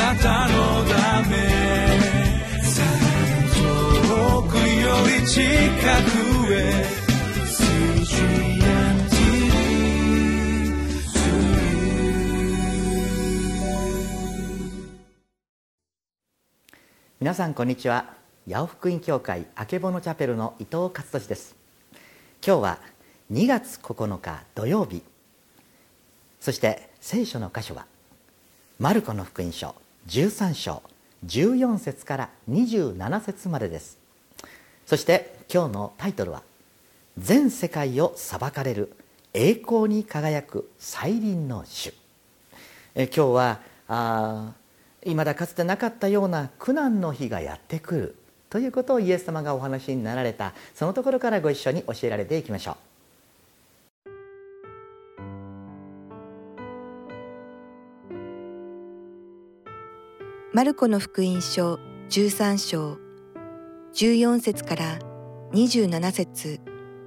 なたのため遠くより近くへ皆さんこんにちは。八尾福音教会あけぼのチャペルの伊藤勝利です。今日は2月9日土曜日、そして聖書の箇所はマルコの福音書13章14節から27節までです。そして今日のタイトルは全世界を裁かれる栄光に輝く再臨の主。今日は未だかつてなかったような苦難の日がやってくるということをイエス様がお話になられた、そのところからご一緒に教えられていきましょう。マルコの福音書13章14節から27節。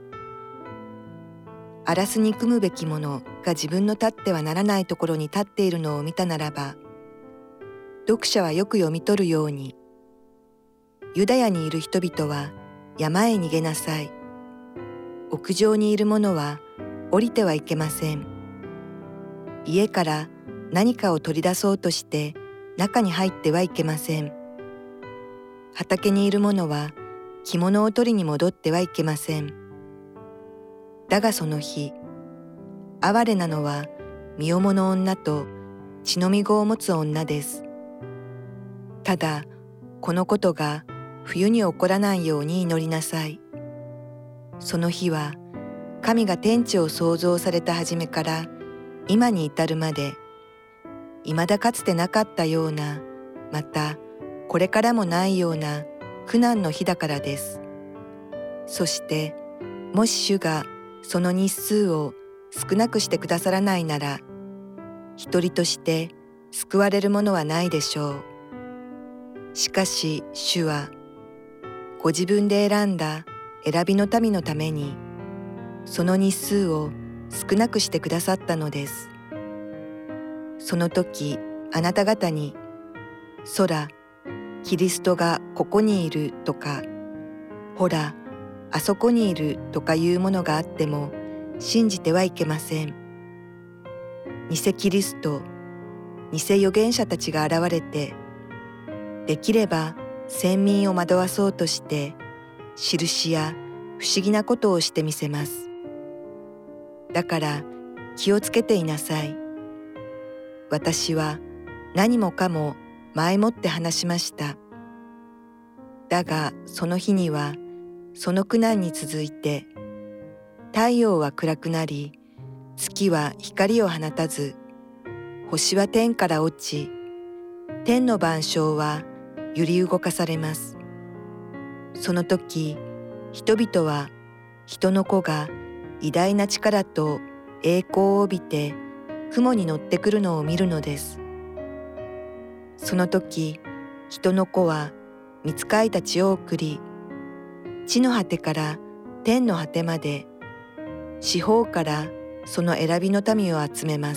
荒らす憎むべき者が自分の立ってはならないところに立っているのを見たならば、読者はよく読み取るように、ユダヤにいる人々は山へ逃げなさい。屋上にいる者は降りてはいけません。家から何かを取り出そうとして中に入ってはいけません。畑にいる者は着物を取りに戻ってはいけません。だがその日、哀れなのは身重の女と血のみ子を持つ女です。ただ、このことが冬に起こらないように祈りなさい。その日は、神が天地を創造された初めから今に至るまで、未だかつてなかったような、またこれからもないような苦難の日だからです。そして、もし主がその日数を少なくしてくださらないなら、一人として救われるものはないでしょう。しかし主はご自分で選んだ選びの民のためにその日数を少なくしてくださったのです。その時あなた方にそらキリストがここにいるとかほらあそこにいるとかいうものがあっても信じてはいけません。偽キリスト、偽預言者たちが現れてできれば先民を惑わそうとして印や不思議なことをしてみせます。だから気をつけていなさい。私は何もかも前もって話しました。だがその日にはその苦難に続いて太陽は暗くなり月は光を放たず星は天から落ち天の万象は揺り動かされます。その時、人々は人の子が偉大な力と栄光を帯びて雲に乗ってくるのを見るのです。その時、人の子は御使いたちを送り、地の果てから天の果てまで、四方からその選びの民を集めます。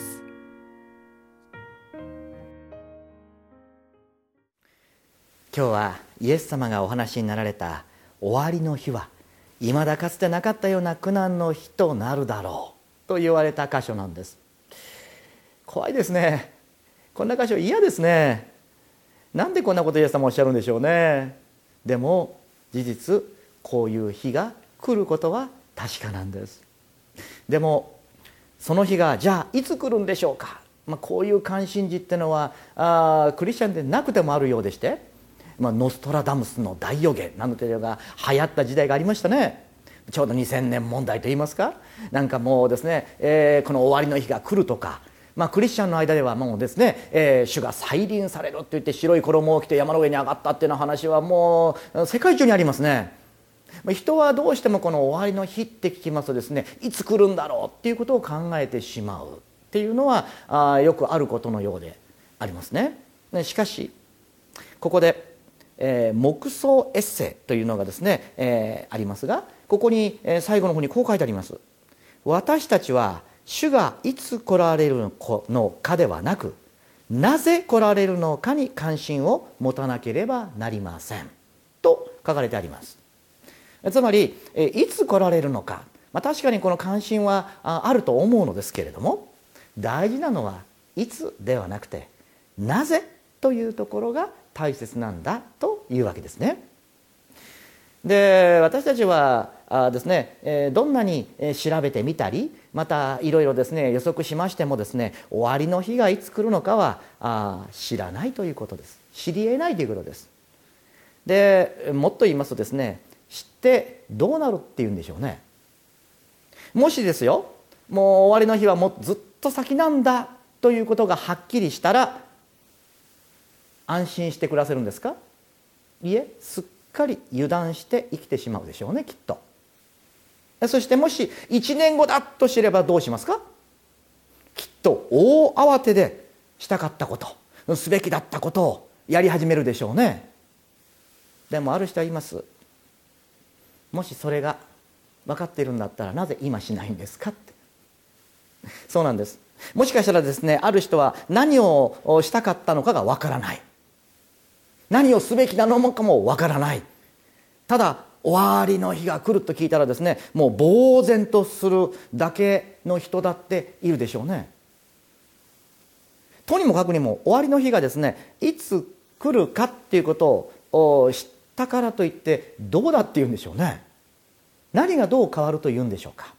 今日はイエス様がお話になられた終わりの日は未だかつてなかったような苦難の日となるだろうと言われた箇所なんです。怖いですね。こんな箇所嫌ですね。なんでこんなことイエス様おっしゃるんでしょうね。でも事実こういう日が来ることは確かなんです。でもその日がじゃあいつ来るんでしょうか。こういう関心事ってのはクリスチャンでなくてもあるようでして、ノストラダムスの大予言なんていうのが流行った時代がありましたね。ちょうど2000年問題といいますか、なんかもうですね、この終わりの日が来るとか、クリスチャンの間ではもうですね、主が再臨されると言って白い衣を着て山の上に上がったっていうような話はもう世界中にありますね。人はどうしてもこの終わりの日って聞きますとですね、いつ来るんだろうっていうことを考えてしまうっていうのはよくあることのようでありますね。しかしここで黙想エッセイというのがですね、ありますが、ここに最後の方にこう書いてあります。私たちは主がいつ来られるのかではなく、 なぜ来られるのかに関心を持たなければなりませんと書かれてあります。つまりいつ来られるのか、確かにこの関心はあると思うのですけれども、大事なのはいつではなくてなぜというところが大切なんだというわけですね。で、私たちはですね、どんなに調べてみたり、またいろいろですね予測しましてもですね、終わりの日がいつ来るのかは知らないということです。知り得ないということです。で、もっと言いますとですね、知ってどうなるっていうんでしょうね。もしですよ、もう終わりの日はもうずっと先なんだということがはっきりしたら安心して暮らせるんですか？いえ、すっかり油断して生きてしまうでしょうね、きっと。そしてもし1年後だと知ればどうしますか？きっと大慌てでしたかったこと、すべきだったことをやり始めるでしょうね。でもある人は言います。もしそれが分かっているんだったらなぜ今しないんですかって。そうなんです。もしかしたらですね、ある人は何をしたかったのかが分からない、何をすべきなのかも分からない、ただ終わりの日が来ると聞いたらですね、もう呆然とするだけの人だっているでしょうね。とにもかくにも終わりの日がですねいつ来るかっていうことを知ったからといってどうだっていうんでしょうね。何がどう変わるというんでしょうか。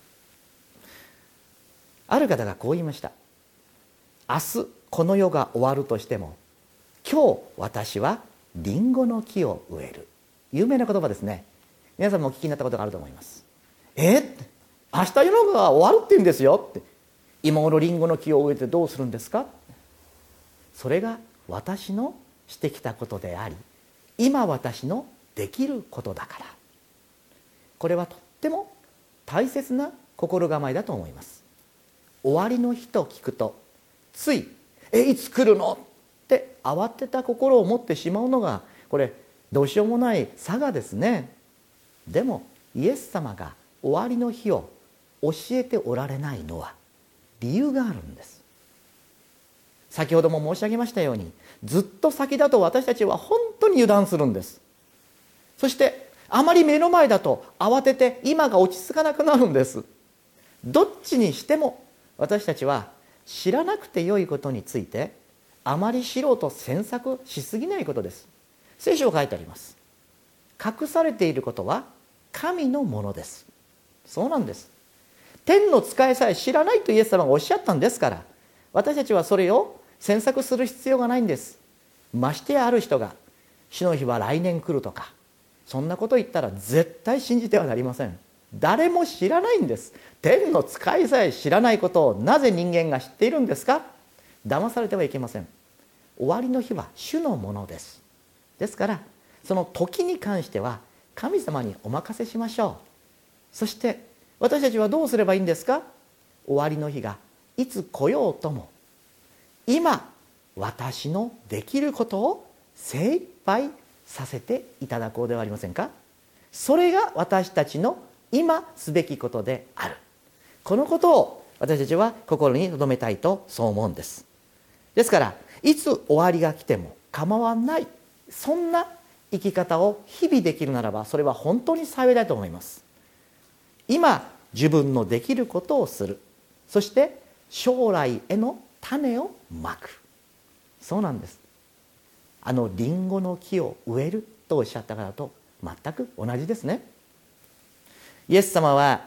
ある方がこう言いました。明日この世が終わるとしても、今日私はリンゴの木を植える。有名な言葉ですね。皆さんもお聞きになったことがあると思います。明日世の中が終わるって言うんですよって。今頃リンゴの木を植えてどうするんですか。それが私のしてきたことであり、今私のできることだから。これはとっても大切な心構えだと思います。終わりの日と聞くとついいつ来るのって慌てた心を持ってしまうのが、これどうしようもない差がですね。でもイエス様が終わりの日を教えておられないのは理由があるんです。先ほども申し上げましたように、ずっと先だと私たちは本当に油断するんです。そしてあまり目の前だと慌てて今が落ち着かなくなるんです。どっちにしても私たちは知らなくてよいことについてあまり知ろうと詮索しすぎないことです。聖書を書いてあります。隠されていることは神のものです。そうなんです。天の使いさえ知らないとイエス様がおっしゃったんですから、私たちはそれを詮索する必要がないんです。ましてやある人が主の日は来年来るとか、そんなこと言ったら絶対信じてはなりません。誰も知らないんです。天の使いさえ知らないことをなぜ人間が知っているんですか。騙されてはいけません。終わりの日は主のものです。ですからその時に関しては神様にお任せしましょう。そして私たちはどうすればいいんですか。終わりの日がいつ来ようとも、今私のできることを精一杯させていただこうではありませんか。それが私たちの今すべきことである。このことを私たちは心に留めたいとそう思うんです。ですからいつ終わりが来ても構わない、そんな生き方を日々できるならば、それは本当に幸いだと思います。今自分のできることをする、そして将来への種をまく。そうなんです。リンゴの木を植えるとおっしゃったからと全く同じですね。イエス様は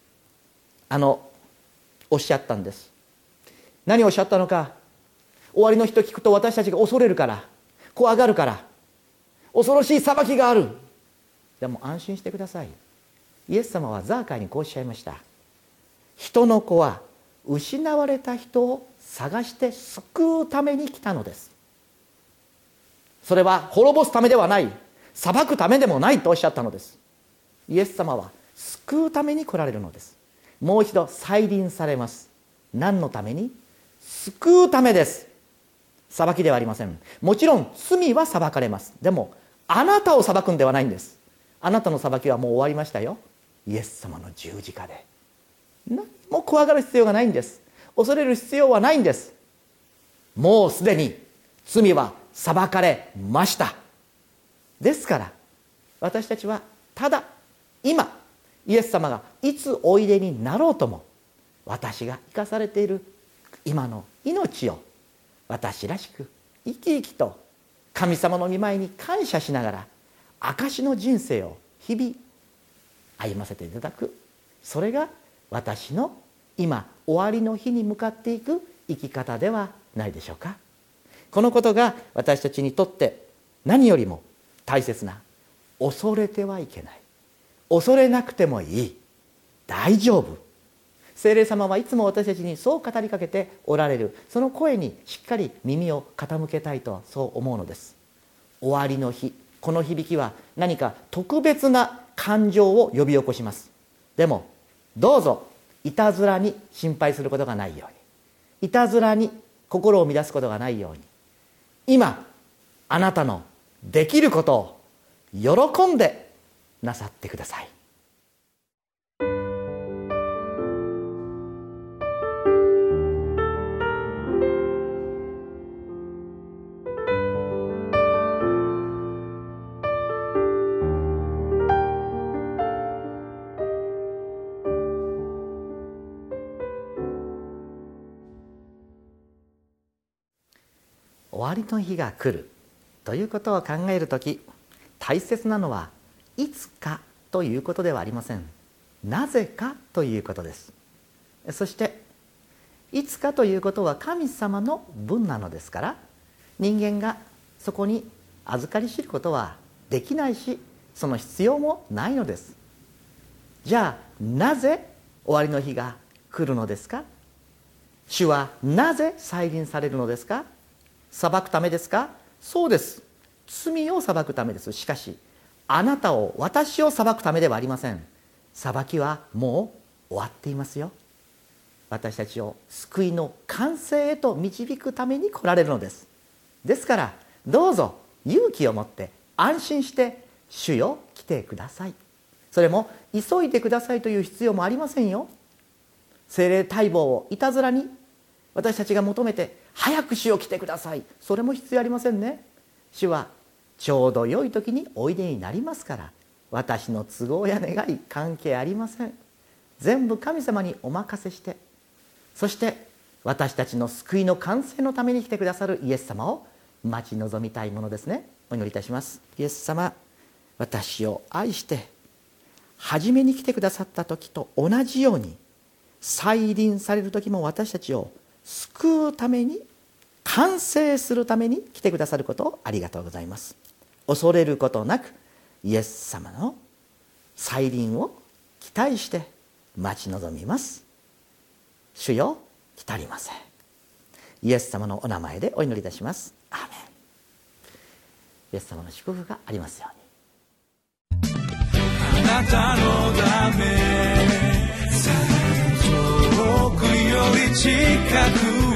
おっしゃったんです。何をおっしゃったのか。終わりの日と聞くと私たちが恐れるから、怖がるから、恐ろしい裁きがある。でも安心してください。イエス様はザーカイにこうおっしゃいました。人の子は失われた人を探して救うために来たのです。それは滅ぼすためではない、裁くためでもないとおっしゃったのです。イエス様は救うために来られるのです。もう一度再臨されます。何のために？救うためです。裁きではありません。もちろん罪は裁かれます。でもあなたを裁くんではないんです。あなたの裁きはもう終わりましたよ。イエス様の十字架で。何も怖がる必要がないんです。恐れる必要はないんです。 もうすでに罪は裁かれました。ですから私たちはただ今イエス様がいつおいでになろうとも、私が生かされている今の命を私らしく生き生きと神様の御前に感謝しながら証の人生を日々歩ませていただく、それが私の今終わりの日に向かっていく生き方ではないでしょうか。このことが私たちにとって何よりも大切な、恐れてはいけない、恐れなくてもいい、大丈夫、聖霊様はいつも私たちにそう語りかけておられる、その声にしっかり耳を傾けたいとそう思うのです。終わりの日、この響きは何か特別な感情を呼び起こします。でもどうぞいたずらに心配することがないように、いたずらに心を乱すことがないように、今あなたのできることを喜んでなさってください。終わりの日が来るということを考えるとき、大切なのはいつかということではありません。なぜかということです。そしていつかということは神様の分なのですから、人間がそこに預かり知ることはできないし、その必要もないのです。じゃあなぜ終わりの日が来るのですか。主はなぜ再臨されるのですか。裁くためですか。そうです、罪を裁くためです。しかしあなたを、私を裁くためではありません。裁きはもう終わっていますよ。私たちを救いの完成へと導くために来られるのです。ですからどうぞ勇気を持って安心して主よ来てください。それも急いでくださいという必要もありませんよ。聖霊待望をいたずらに私たちが求めて早く主を来てください、それも必要ありませんね。主はちょうど良い時においでになりますから、私の都合や願い関係ありません。全部神様にお任せして、そして私たちの救いの完成のために来てくださるイエス様を待ち望みたいものですね。お祈りいたします。イエス様、私を愛して初めに来てくださった時と同じように、再臨される時も私たちを救うために、完成するために来てくださることをありがとうございます。恐れることなくイエス様の再臨を期待して待ち望みます。主よ来たりません。イエス様のお名前でお祈りいたします。アーメン。イエス様の祝福がありますように。 あなたのため遠くより近く